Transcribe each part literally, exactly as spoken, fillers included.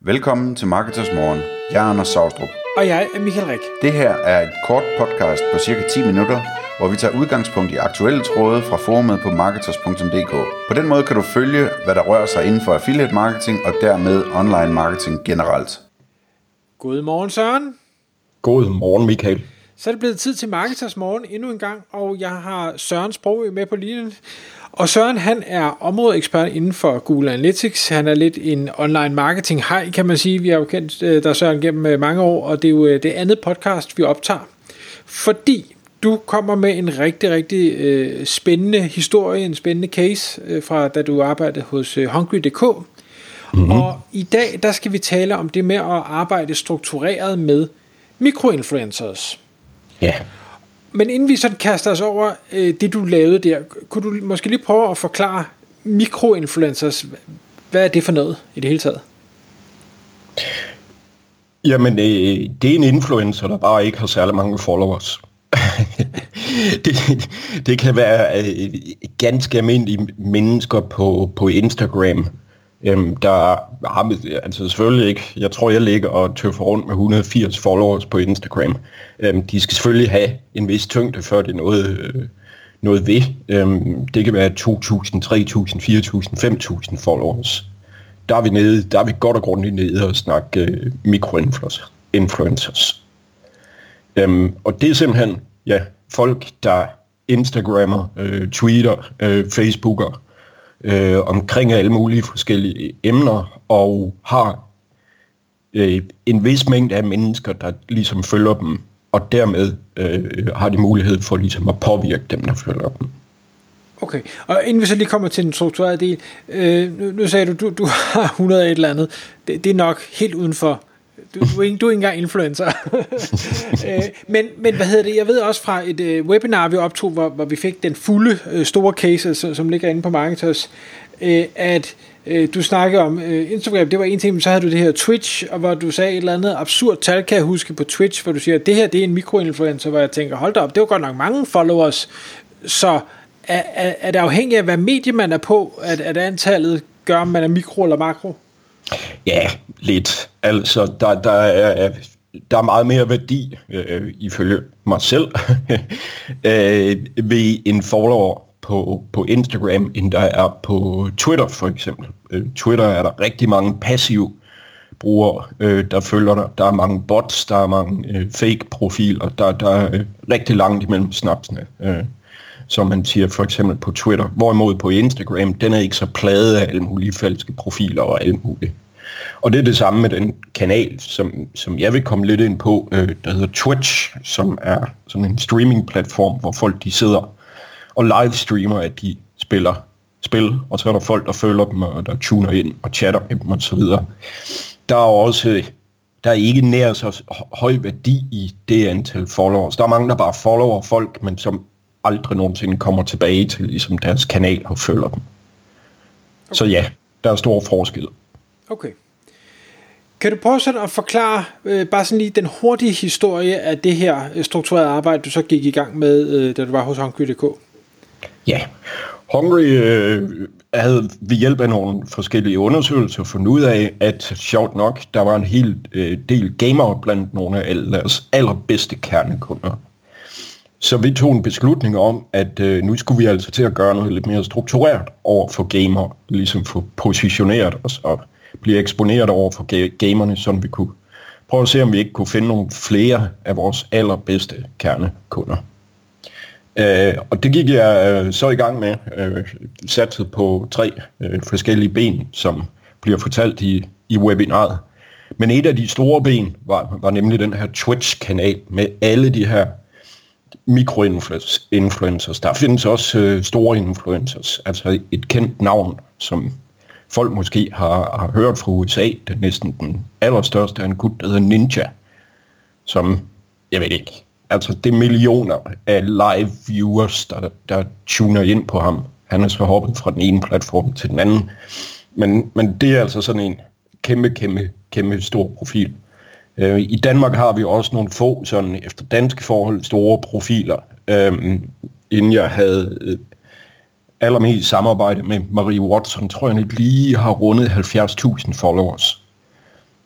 Velkommen til Marketers Morgen. Jeg er Anders Saustrup. Og jeg er Michael Rik. Det her er et kort podcast på cirka ti minutter, hvor vi tager udgangspunkt i aktuelle tråde fra forumet på marketers punktum d k. På den måde kan du følge, hvad der rører sig inden for affiliate marketing og dermed online marketing generelt. Godmorgen Søren. Godmorgen Michael. Så er det blevet tid til Marketers Morgen endnu en gang, og jeg har Søren Sprogøe med på linjen. Og Søren, han er områdeekspert inden for Google Analytics. Han er lidt en online marketing hej, kan man sige. Vi har jo kendt der Søren gennem mange år, og det er jo det andet podcast, vi optager. Fordi du kommer med en rigtig, rigtig øh, spændende historie, en spændende case, øh, fra da du arbejdede hos øh, Hungry punktum d k. Mm-hmm. Og i dag, der skal vi tale om det med at arbejde struktureret med mikroinfluencers. Ja. Men inden vi sådan kaster os over øh, det, du lavede der, kunne du måske lige prøve at forklare mikroinfluencers, hvad er det for noget i det hele taget? Jamen, øh, det er en influencer, der bare ikke har særlig mange followers. det, det kan være øh, ganske almindelige mennesker på, på Instagram, Øhm, der har altså selvfølgelig ikke, jeg tror jeg ligger og tøffer rundt med et hundrede og firs followers på Instagram. Øhm, de skal selvfølgelig have en vis tyngde, før det er noget, øh, noget ved. Øhm, det kan være to tusind, tre tusind, fire tusind, fem tusind followers. Der er vi nede, der er vi godt og grundigt nede og snakke øh, mikroinfluencers. Øhm, og det er simpelthen ja, folk, der Instagrammer, øh, tweeter, øh, Facebooker, Øh, omkring alle mulige forskellige emner, og har øh, en vis mængde af mennesker, der ligesom følger dem, og dermed øh, har de mulighed for ligesom at påvirke dem, der følger dem. Okay, og inden vi så lige kommer til den strukturerede del, øh, nu, nu sagde du, du, du har hundrede et eller andet, det, det er nok helt udenfor. Du, du, er ikke, du er ikke engang influencer. øh, men, men hvad hedder det? Jeg ved også fra et øh, webinar, vi optog, hvor, hvor vi fik den fulde øh, store case, som, som ligger inde på Marketers, øh, at øh, du snakkede om øh, Instagram, det var en ting, men så havde du det her Twitch, og hvor du sagde et eller andet absurd tal, kan jeg huske på Twitch, hvor du siger, at det her det er en mikroinfluencer, hvor jeg tænker, hold da op, det var godt nok mange followers, så er, er, er det afhængigt af, hvad medie man er på, at, at antallet gør, om man er mikro eller makro? Ja, lidt. Altså, der, der, er, der er meget mere værdi, øh, ifølge mig selv, øh, ved en follower på, på Instagram, end der er på Twitter, for eksempel. Øh, Twitter er der rigtig mange passive brugere, øh, der følger der. Der er mange bots, der er mange øh, fake-profiler, der, der er øh, rigtig langt imellem snapsene, øh, som man siger for eksempel på Twitter. Hvorimod på Instagram, den er ikke så plaget af alle mulige falske profiler og alle mulige. Og det er det samme med den kanal, som, som jeg vil komme lidt ind på, øh, der hedder Twitch, som er sådan en streaming-platform, hvor folk de sidder og livestreamer, at de spiller spil, og så er der folk, der følger dem, og der tuner ind og chatter med dem osv. Der er også, der er ikke nær så høj værdi i det antal followers. Der er mange, der bare follower folk, men som aldrig nogensinde kommer tilbage til ligesom deres kanal og følger dem. Okay. Så ja, der er stor forskel. Okay. Kan du prøve sådan at forklare øh, bare sådan lige den hurtige historie af det her strukturerede arbejde, du så gik i gang med, øh, da du var hos Hungry punktum d k? Ja, Hungry øh, havde ved hjælp af nogle forskellige undersøgelser fundet ud af, at sjovt nok, der var en hel øh, del gamere blandt nogle af alle deres allerbedste kernekunder. Så vi tog en beslutning om, at øh, nu skulle vi altså til at gøre noget lidt mere struktureret over for gamere, ligesom få positioneret os og blive eksponeret over for ga- gamerne, så vi kunne prøve at se, om vi ikke kunne finde nogle flere af vores allerbedste kernekunder. Øh, og det gik jeg øh, så i gang med, øh, satset på tre øh, forskellige ben, som bliver fortalt i, i webinaret. Men et af de store ben var, var nemlig den her Twitch-kanal med alle de her mikroinfluencers. Der findes også øh, store influencers, altså et kendt navn, som folk måske har, har hørt fra U S A. Det er næsten den allerstørste af en gut, der hedder Ninja, som, jeg ved ikke, altså det er millioner af live viewers, der, der tuner ind på ham. Han er så hoppet fra den ene platform til den anden, men, men det er altså sådan en kæmpe, kæmpe, kæmpe stor profil. Øh, I Danmark har vi også nogle få, sådan efter danske forhold, store profiler. Øh, inden jeg havde øh, allermest samarbejde med Marie Watson, tror jeg ikke lige har rundet halvfjerds tusind followers.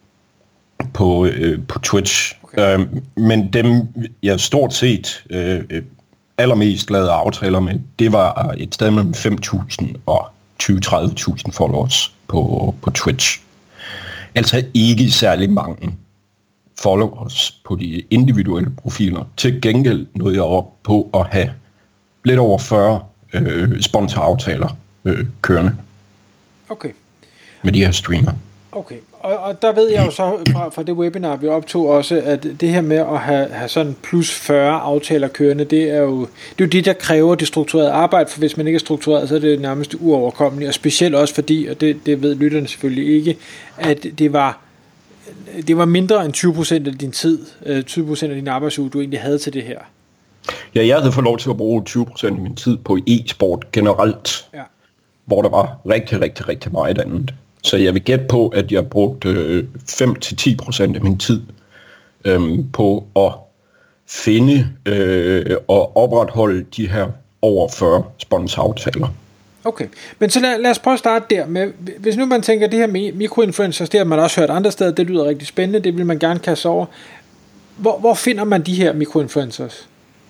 på, øh, på Twitch. Okay. Øh, men dem, jeg stort set øh, allermest lavede aftaler med, det var et sted mellem fem tusind og tyve til tredive tusind followers på, på Twitch. Altså ikke særlig mange followers på de individuelle profiler. Til gengæld nåede jeg op på at have lidt over fyrre øh, sponsoraftaler øh, kørende. Okay. Med de her streamer. Okay, og, og der ved jeg jo så fra, fra det webinar, vi optog også, at det her med at have, have sådan plus fyrre aftaler kørende, det er jo det, er jo det, der kræver det strukturerede arbejde, for hvis man ikke er struktureret, så er det nærmest uoverkommeligt, og specielt også fordi, og det, det ved lytterne selvfølgelig ikke, at det var, det var mindre end tyve procent af din tid, tyve procent af din arbejdsuge, du egentlig havde til det her. Ja, jeg havde fået lov til at bruge tyve procent af min tid på e-sport generelt, ja. Hvor der var rigtig, rigtig, rigtig meget andet. Så jeg vil gætte på, at jeg brugte øh, fem til ti procent af min tid øh, på at finde øh, og opretholde de her over fyrre sponsoraftaler. Okay, men så lad, lad os prøve at starte der med, hvis nu man tænker, det her med mikroinfluencers, det har man også hørt andre steder, det lyder rigtig spændende, det vil man gerne kaste over. Hvor, hvor finder man de her mikroinfluencers?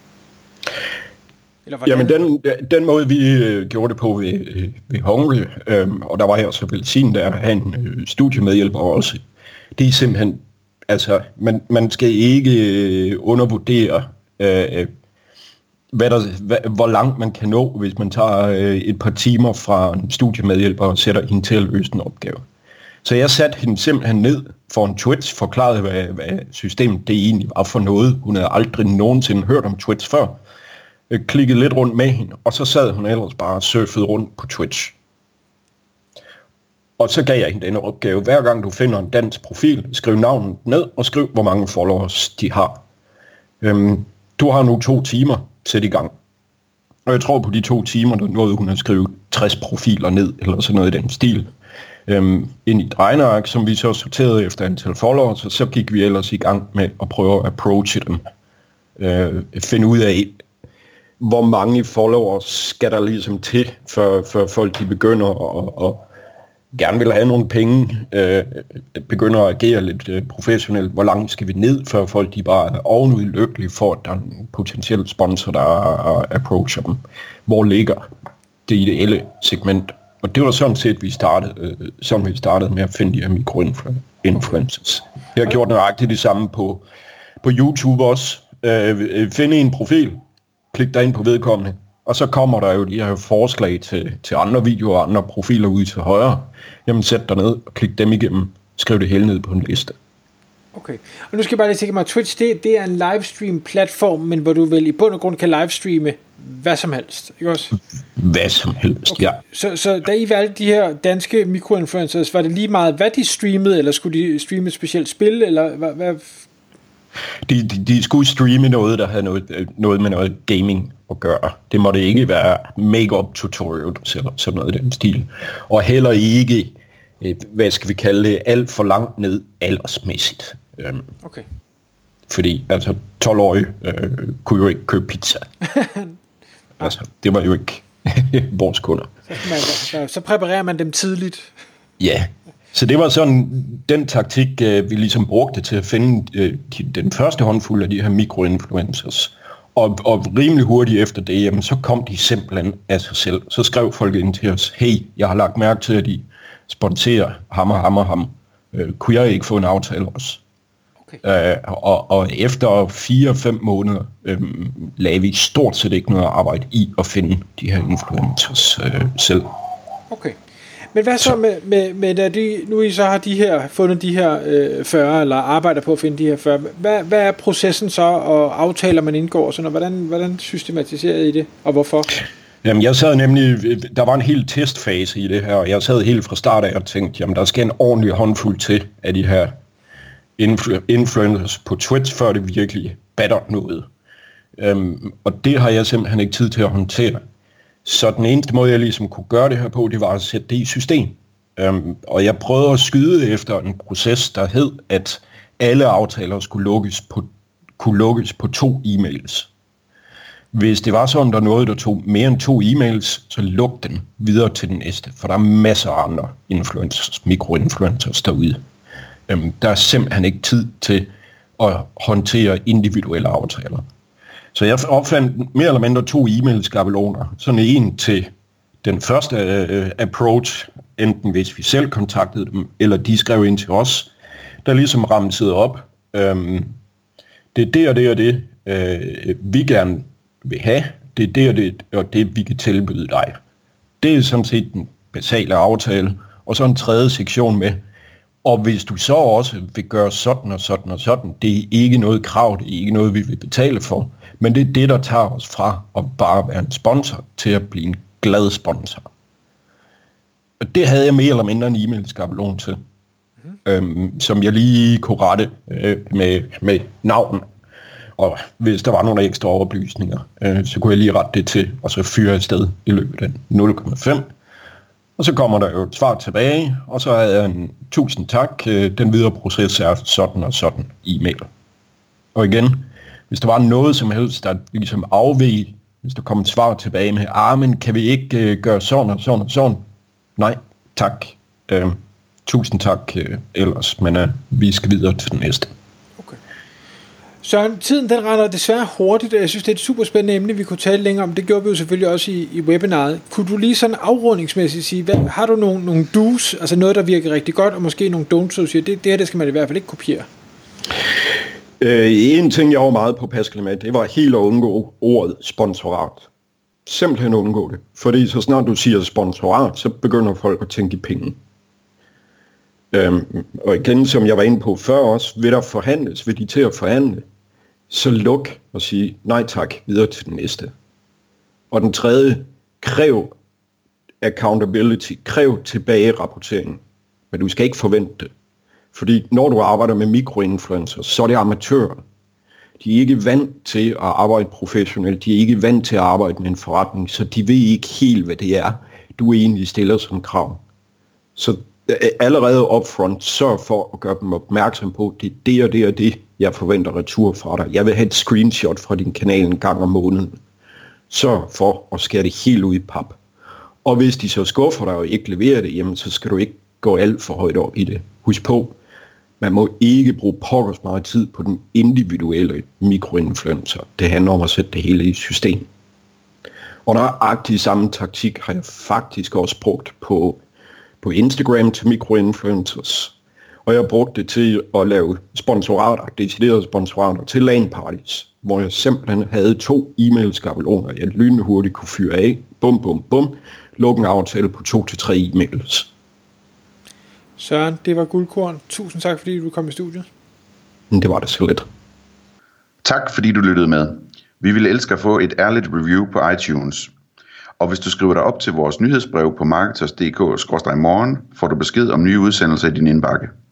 Jamen den, den måde vi øh, gjorde det på ved, ved Hungry, øh, og der var jeg så velsignet der at have en øh, studiemedhjælper også, det er simpelthen, altså man, man skal ikke øh, undervurdere, øh, hvad der, hvad, hvor langt man kan nå, hvis man tager øh, et par timer fra en studiemedhjælper og sætter hende til at løse en opgave. Så jeg satte hende simpelthen ned for en Twitch, forklarede hvad, hvad systemet det egentlig var for noget. Hun havde aldrig nogensinde hørt om Twitch før. Klikkede lidt rundt med hende, og så sad hun ellers bare og surfede rundt på Twitch. Og så gav jeg hende denne opgave. Hver gang du finder en dansk profil, skriv navnet ned, og skriv, hvor mange followers de har. Øhm, du har nu to timer, sæt i gang. Og jeg tror på de to timer, der nåede hun at skrive tres profiler ned, eller sådan noget i den stil. Øhm, ind i et regneark, som vi så sorterede efter antal followers, og så gik vi ellers i gang med at prøve at approache dem. Øh, finde ud af, hvor mange followers skal der ligesom til, for, for folk de begynder at, at gerne vil have nogle penge, øh, begynder at agere lidt øh, professionelt. Hvor langt skal vi ned, før folk de bare er ovenud lykkelige for, at der er en potentiel sponsor, der approacher dem. Hvor ligger det ideelle segment? Og det var sådan set, vi startede, øh, sådan vi startede med at finde de her mikroinfluencers. Jeg har gjort nøjagtigt det samme på, på YouTube også. Øh, finde en profil, klik dig ind på vedkommende, og så kommer der jo de her forslag til, til andre videoer og andre profiler ude til højre. Jamen sæt dig ned og klik dem igennem, skriv det hele ned på en liste. Okay, og nu skal jeg bare lige tænke mig, Twitch det, det er en livestream-platform, men hvor du vel i bund og grund kan livestreame hvad som helst, ikke også? Hvad som helst, okay. Ja. Så, så da I valgte de her danske mikroinfluencers, var det lige meget, hvad de streamede, eller skulle de streame et specielt spil, eller hvad... hvad? De, de, de skulle streame noget, der havde noget, noget med noget gaming at gøre. Det måtte ikke være make-up tutorials eller sådan noget i den stil. Og heller ikke, hvad skal vi kalde det, alt for langt ned aldersmæssigt. Okay. Fordi altså tolv-årige øh, kunne jo ikke købe pizza. Altså, det var jo ikke vores kunder. Så, man, så præparerer man dem tidligt. Ja. Så det var sådan den taktik, vi ligesom brugte til at finde den første håndfuld af de her mikroinfluencers. Og, og rimelig hurtigt efter det, jamen, så kom de simpelthen af sig selv. Så skrev folk ind til os, hey, jeg har lagt mærke til, at de sponsorerer ham og ham og ham. Øh, kunne jeg ikke få en aftale også? Okay. Øh, og, og efter fire-fem måneder øh, lagde vi stort set ikke noget arbejde i at finde de her influencers øh, selv. Okay. Men hvad så med, med, med da de, nu I så har de her, fundet de her øh, fyrre, eller arbejder på at finde de her fyrre, hvad, hvad er processen så, og aftaler man indgår, og sådan, og hvordan, hvordan systematiserer I det, og hvorfor? Jamen jeg sad nemlig, der var en hel testfase i det her, og jeg sad helt fra start af og tænkte, jamen der skal en ordentlig håndfuld til af de her influ- influencers på Twitch, før det virkelig batter noget. Um, og det har jeg simpelthen ikke tid til at håndtere. Så den eneste måde, jeg ligesom kunne gøre det her på, det var at sætte det i system. Um, og jeg prøvede at skyde efter en proces, der hed, at alle aftaler skulle lukkes på, kunne lukkes på to e-mails. Hvis det var sådan, der noget, der tog mere end to e-mails, så luk den videre til den næste. For der er masser af andre influencers, mikroinfluencers derude. Øhm, der er simpelthen ikke tid til at håndtere individuelle aftaler. Så jeg opfandt mere eller mindre to e-mail-skabeloner. Sådan en til den første øh, approach, enten hvis vi selv kontaktede dem, eller de skrev ind til os, der ligesom ramsede op. Øhm, det er det og det og det, øh, vi gerne vil have. Det er det og det, og det vi kan tilbyde dig. Det er sådan set den basale aftale. Og så en tredje sektion med, og hvis du så også vil gøre sådan og sådan og sådan, det er ikke noget krav, det er ikke noget, vi vil betale for, men det er det, der tager os fra at bare være en sponsor til at blive en glad sponsor. Og det havde jeg mere eller mindre en e-mail-skabelon til, mm. øhm, som jeg lige kunne rette øh, med, med navn. Og hvis der var nogle ekstra oplysninger, øh, så kunne jeg lige rette det til, og så fyre et sted i løbet af nul komma fem. Og så kommer der jo et svar tilbage, og så er en tusind tak, den videre proces er sådan og sådan e-mail. Og igen, hvis der var noget som helst, der ligesom afveg, hvis der kom et svar tilbage med, ah, men kan vi ikke uh, gøre sådan og sådan og sådan? Nej, tak. Uh, tusind tak uh, ellers, men uh, vi skal videre til den næste. Okay. Søren, tiden den render desværre hurtigt, og jeg synes, det er et super spændende emne, vi kunne tale længere om. Det gjorde vi jo selvfølgelig også i, i webinaret. Kunne du lige sådan afrundingsmæssigt sige, hvad, har du nogle, nogle do's, altså noget, der virker rigtig godt, og måske nogle don'ts, så siger, det, det her det skal man i hvert fald ikke kopiere? Øh, en ting, jeg var meget påpasselig med, det var helt at undgå ordet sponsorat. Simpelthen undgå det. Fordi så snart du siger sponsorat, så begynder folk at tænke i penge. Øhm, og igen, som jeg var inde på før også, vil der forhandles, vil de til at forhandle, så luk og sige nej tak, videre til den næste. Og den tredje, kræv accountability, kræv tilbagerapportering, men du skal ikke forvente det. Fordi når du arbejder med mikroinfluencers, så er det amatører. De er ikke vant til at arbejde professionelt, de er ikke vant til at arbejde med en forretning, så de ved ikke helt, hvad det er, du egentlig stiller som krav. Så allerede upfront sørg for at gøre dem opmærksom på, det er det og det og det, jeg forventer retur fra dig. Jeg vil have et screenshot fra din kanal en gang om måneden. Sørg for at skære det helt ud i pap. Og hvis de så skuffer dig og ikke leverer det, jamen så skal du ikke gå alt for højt op i det. Husk på, man må ikke bruge pokkers meget tid på den individuelle mikroinfluencer. Det handler om at sætte det hele i system. Og nøjagtig samme taktik har jeg faktisk også brugt på på Instagram til mikroinfluencers, og jeg brugte det til at lave sponsorater, deciderede sponsorater til LAN-parties, hvor jeg simpelthen havde to e-mail-skabeloner, jeg lynhurtigt kunne fyre af, bum, bum, bum, lukke en aftale på to til tre e-mails. Søren, det var guldkorn. Tusind tak, fordi du kom i studiet. Det var det så lidt. Tak, fordi du lyttede med. Vi ville elske at få et ærligt review på iTunes. Og hvis du skriver dig op til vores nyhedsbrev på marketers punktum d k skråstreg morgen, får du besked om nye udsendelser i din indbakke.